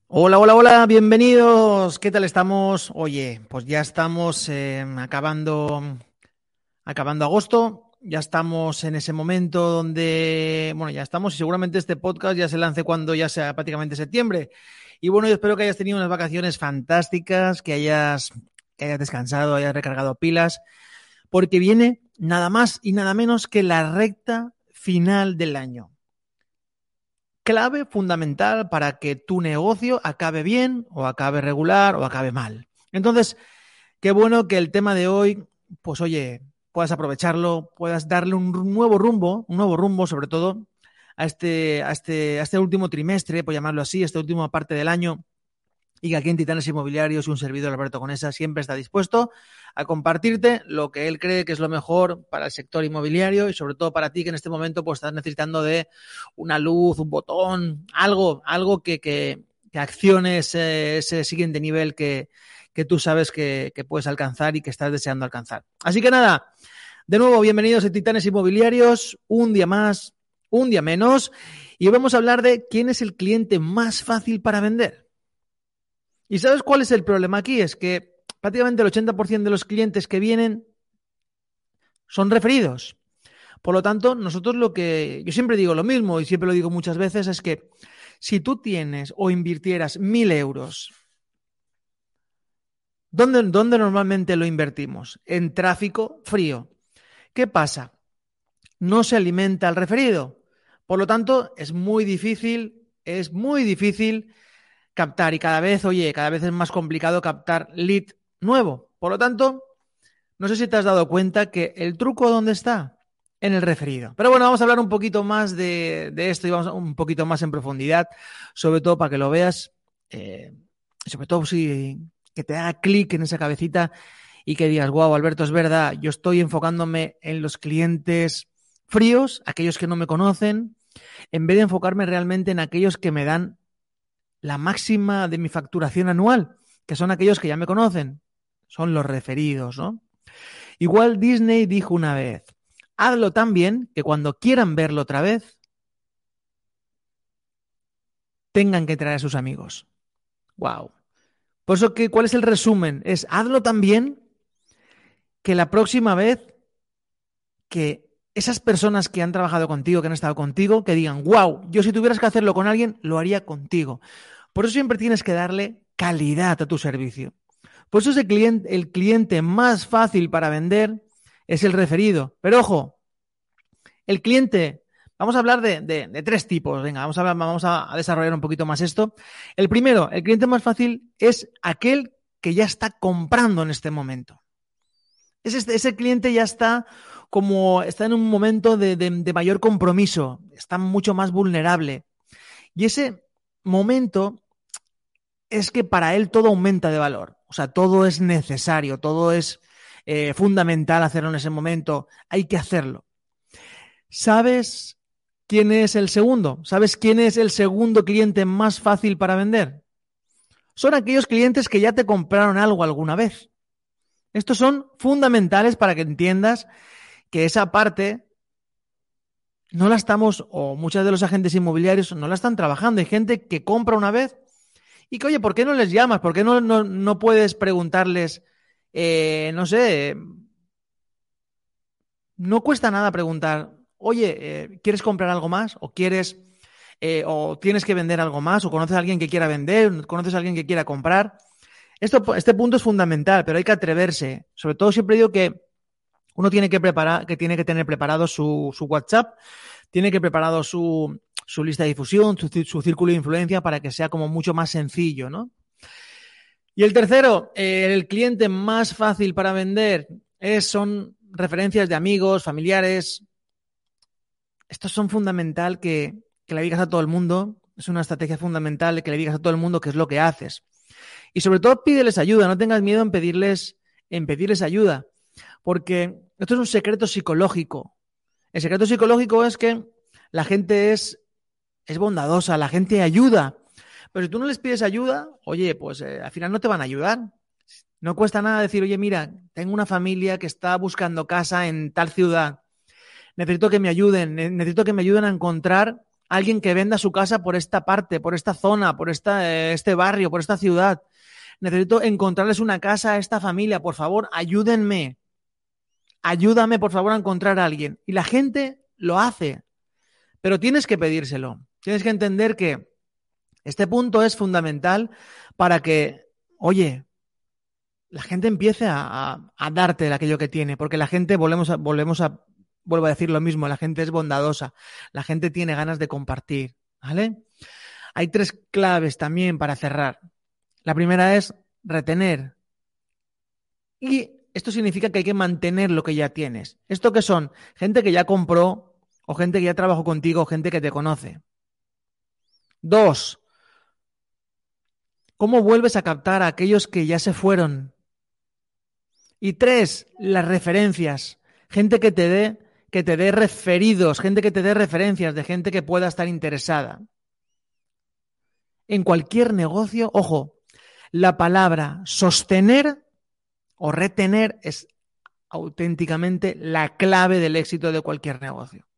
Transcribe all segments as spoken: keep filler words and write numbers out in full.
Hola, hola, hola, bienvenidos. ¿Qué tal estamos? Oye, pues ya estamos eh, acabando, acabando agosto. Ya estamos en ese momento donde, bueno, ya estamos y seguramente este podcast ya se lance cuando ya sea prácticamente septiembre. Y bueno, yo espero que hayas tenido unas vacaciones fantásticas, que hayas, que hayas descansado, hayas recargado pilas, porque viene nada más y nada menos que la recta final del año. Clave fundamental para que tu negocio acabe bien o acabe regular o acabe mal. Entonces, qué bueno que el tema de hoy, pues oye, puedas aprovecharlo, puedas darle un nuevo rumbo, un nuevo rumbo sobre todo a este, a este, a este último trimestre, por llamarlo así, esta última parte del año, y que aquí en Titanes Inmobiliarios un servidor, Alberto Conesa, siempre está dispuesto a compartirte lo que él cree que es lo mejor para el sector inmobiliario y sobre todo para ti que en este momento pues estás necesitando de una luz, un botón, algo, algo que, que, que accione ese, ese siguiente nivel que, que tú sabes que, que puedes alcanzar y que estás deseando alcanzar. Así que nada, de nuevo, bienvenidos a Titanes Inmobiliarios, un día más, un día menos, y hoy vamos a hablar de quién es el cliente más fácil para vender. ¿Y sabes cuál es el problema aquí? Es que prácticamente el ochenta por ciento de los clientes que vienen son referidos. Por lo tanto, nosotros lo que... Yo siempre digo lo mismo y siempre lo digo muchas veces, es que si tú tienes o invirtieras mil euros, ¿dónde, dónde normalmente lo invertimos? En tráfico frío. ¿Qué pasa? No se alimenta al referido. Por lo tanto, es muy difícil, es muy difícil captar y cada vez, oye, cada vez es más complicado captar lead nuevo. Por lo tanto, no sé si te has dado cuenta que el truco ¿dónde está? En el referido. Pero bueno, vamos a hablar un poquito más de, de esto y vamos un poquito más en profundidad, sobre todo para que lo veas, eh, sobre todo si que te haga clic en esa cabecita y que digas, wow, Alberto, es verdad, yo estoy enfocándome en los clientes fríos, aquellos que no me conocen, en vez de enfocarme realmente en aquellos que me dan la máxima de mi facturación anual, que son aquellos que ya me conocen, son los referidos, ¿no? Igual Disney dijo una vez, hazlo tan bien que cuando quieran verlo otra vez, tengan que traer a sus amigos. Wow. Por eso, que, ¿cuál es el resumen? Es hazlo tan bien que la próxima vez que esas personas que han trabajado contigo, que han estado contigo, que digan, wow, yo si tuvieras que hacerlo con alguien, lo haría contigo. Por eso siempre tienes que darle calidad a tu servicio. Por eso ese cliente, el cliente más fácil para vender es el referido. Pero ojo, el cliente, vamos a hablar de, de, de tres tipos. Venga, vamos, a, vamos a desarrollar un poquito más esto. El primero, el cliente más fácil es aquel que ya está comprando en este momento. Ese, ese cliente ya está como, está en un momento de, de, de mayor compromiso, está mucho más vulnerable. Y ese momento es que para él todo aumenta de valor. O sea, todo es necesario, todo es eh, fundamental hacerlo en ese momento. Hay que hacerlo. ¿Sabes quién es el segundo? ¿Sabes quién es el segundo cliente más fácil para vender? Son aquellos clientes que ya te compraron algo alguna vez. Estos son fundamentales para que entiendas que esa parte no la estamos, o muchos de los agentes inmobiliarios no la están trabajando. Hay gente que compra una vez y que, oye, ¿por qué no les llamas? ¿Por qué no, no, no puedes preguntarles, eh, no sé, no cuesta nada preguntar, oye, eh, ¿quieres comprar algo más? ¿O quieres, eh, o tienes que vender algo más? ¿O conoces a alguien que quiera vender? ¿Conoces a alguien que quiera comprar? Esto, este punto es fundamental, pero hay que atreverse. Sobre todo siempre digo que uno tiene que preparar, que tiene que tener preparado su, su WhatsApp, tiene que preparado su, su lista de difusión, su, su círculo de influencia para que sea como mucho más sencillo, ¿no? Y el tercero, eh, el cliente más fácil para vender es, son referencias de amigos, familiares. Estos son fundamental que, que le digas a todo el mundo. Es una estrategia fundamental que le digas a todo el mundo qué es lo que haces. Y sobre todo pídeles ayuda, no tengas miedo en pedirles, en pedirles ayuda, porque esto es un secreto psicológico. El secreto psicológico es que la gente es, es bondadosa, la gente ayuda. Pero si tú no les pides ayuda, oye, pues eh, al final no te van a ayudar. No cuesta nada decir, oye, mira, tengo una familia que está buscando casa en tal ciudad. Necesito que me ayuden, necesito que me ayuden a encontrar alguien que venda su casa por esta parte, por esta zona, por esta, eh, este barrio, por esta ciudad. Necesito encontrarles una casa a esta familia. Por favor, ayúdenme. Ayúdame, por favor, a encontrar a alguien. Y la gente lo hace. Pero tienes que pedírselo. Tienes que entender que este punto es fundamental para que, oye, la gente empiece a, a, a darte aquello que tiene. Porque la gente, volvemos a, volvemos a, vuelvo a decir lo mismo, la gente es bondadosa. La gente tiene ganas de compartir. ¿Vale? Hay tres claves también para cerrar. La primera es retener. Y esto significa que hay que mantener lo que ya tienes. ¿Esto qué son? Gente que ya compró o gente que ya trabajó contigo o gente que te conoce. Dos, ¿cómo vuelves a captar a aquellos que ya se fueron? Y tres, las referencias. Gente que te dé, que te dé referidos, gente que te dé referencias de gente que pueda estar interesada. En cualquier negocio, ojo, la palabra sostener o retener es auténticamente la clave del éxito de cualquier negocio.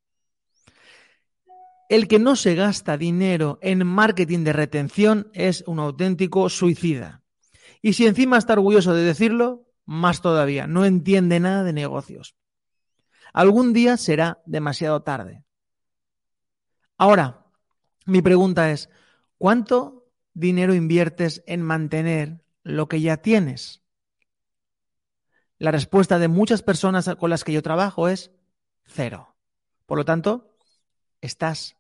El que no se gasta dinero en marketing de retención es un auténtico suicida. Y si encima está orgulloso de decirlo, más todavía, no entiende nada de negocios. Algún día será demasiado tarde. Ahora, mi pregunta es, ¿cuánto dinero inviertes en mantener lo que ya tienes? La respuesta de muchas personas con las que yo trabajo es cero. Por lo tanto, estás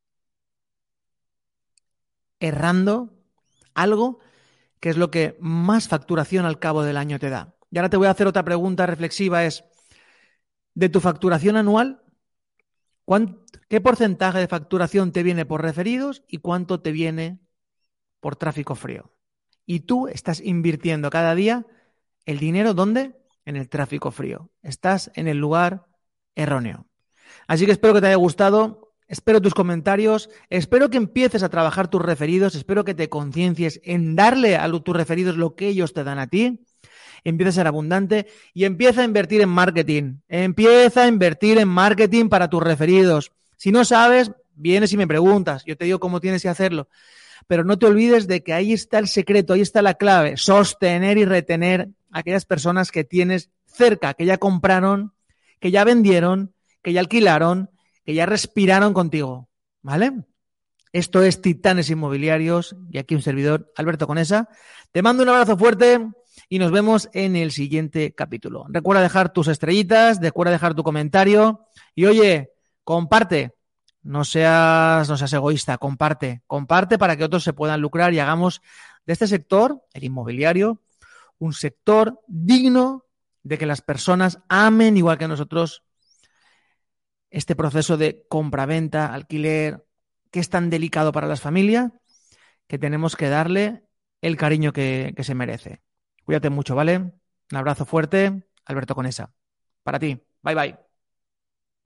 errando algo que es lo que más facturación al cabo del año te da. Y ahora te voy a hacer otra pregunta reflexiva, es, de tu facturación anual, ¿qué porcentaje de facturación te viene por referidos y cuánto te viene por tráfico frío? Y tú estás invirtiendo cada día el dinero, ¿dónde? En el tráfico frío. Estás en el lugar erróneo. Así que espero que te haya gustado, espero tus comentarios, espero que empieces a trabajar tus referidos, espero que te conciencies en darle a tus referidos lo que ellos te dan a ti, empieza a ser abundante y empieza a invertir en marketing, empieza a invertir en marketing para tus referidos. Si no sabes, vienes y me preguntas, yo te digo cómo tienes que hacerlo, pero no te olvides de que ahí está el secreto, ahí está la clave, sostener y retener a aquellas personas que tienes cerca, que ya compraron, que ya vendieron, que ya alquilaron, que ya respiraron contigo, ¿vale? Esto es Titanes Inmobiliarios y aquí un servidor, Alberto Conesa. Te mando un abrazo fuerte y nos vemos en el siguiente capítulo. Recuerda dejar tus estrellitas, recuerda dejar tu comentario y oye, comparte, no seas, no seas egoísta, comparte, comparte para que otros se puedan lucrar y hagamos de este sector, el inmobiliario, un sector digno de que las personas amen igual que nosotros este proceso de compra-venta, alquiler, que es tan delicado para las familias, que tenemos que darle el cariño que, que se merece. Cuídate mucho, ¿vale? Un abrazo fuerte, Alberto Conesa. Para ti. Bye, bye.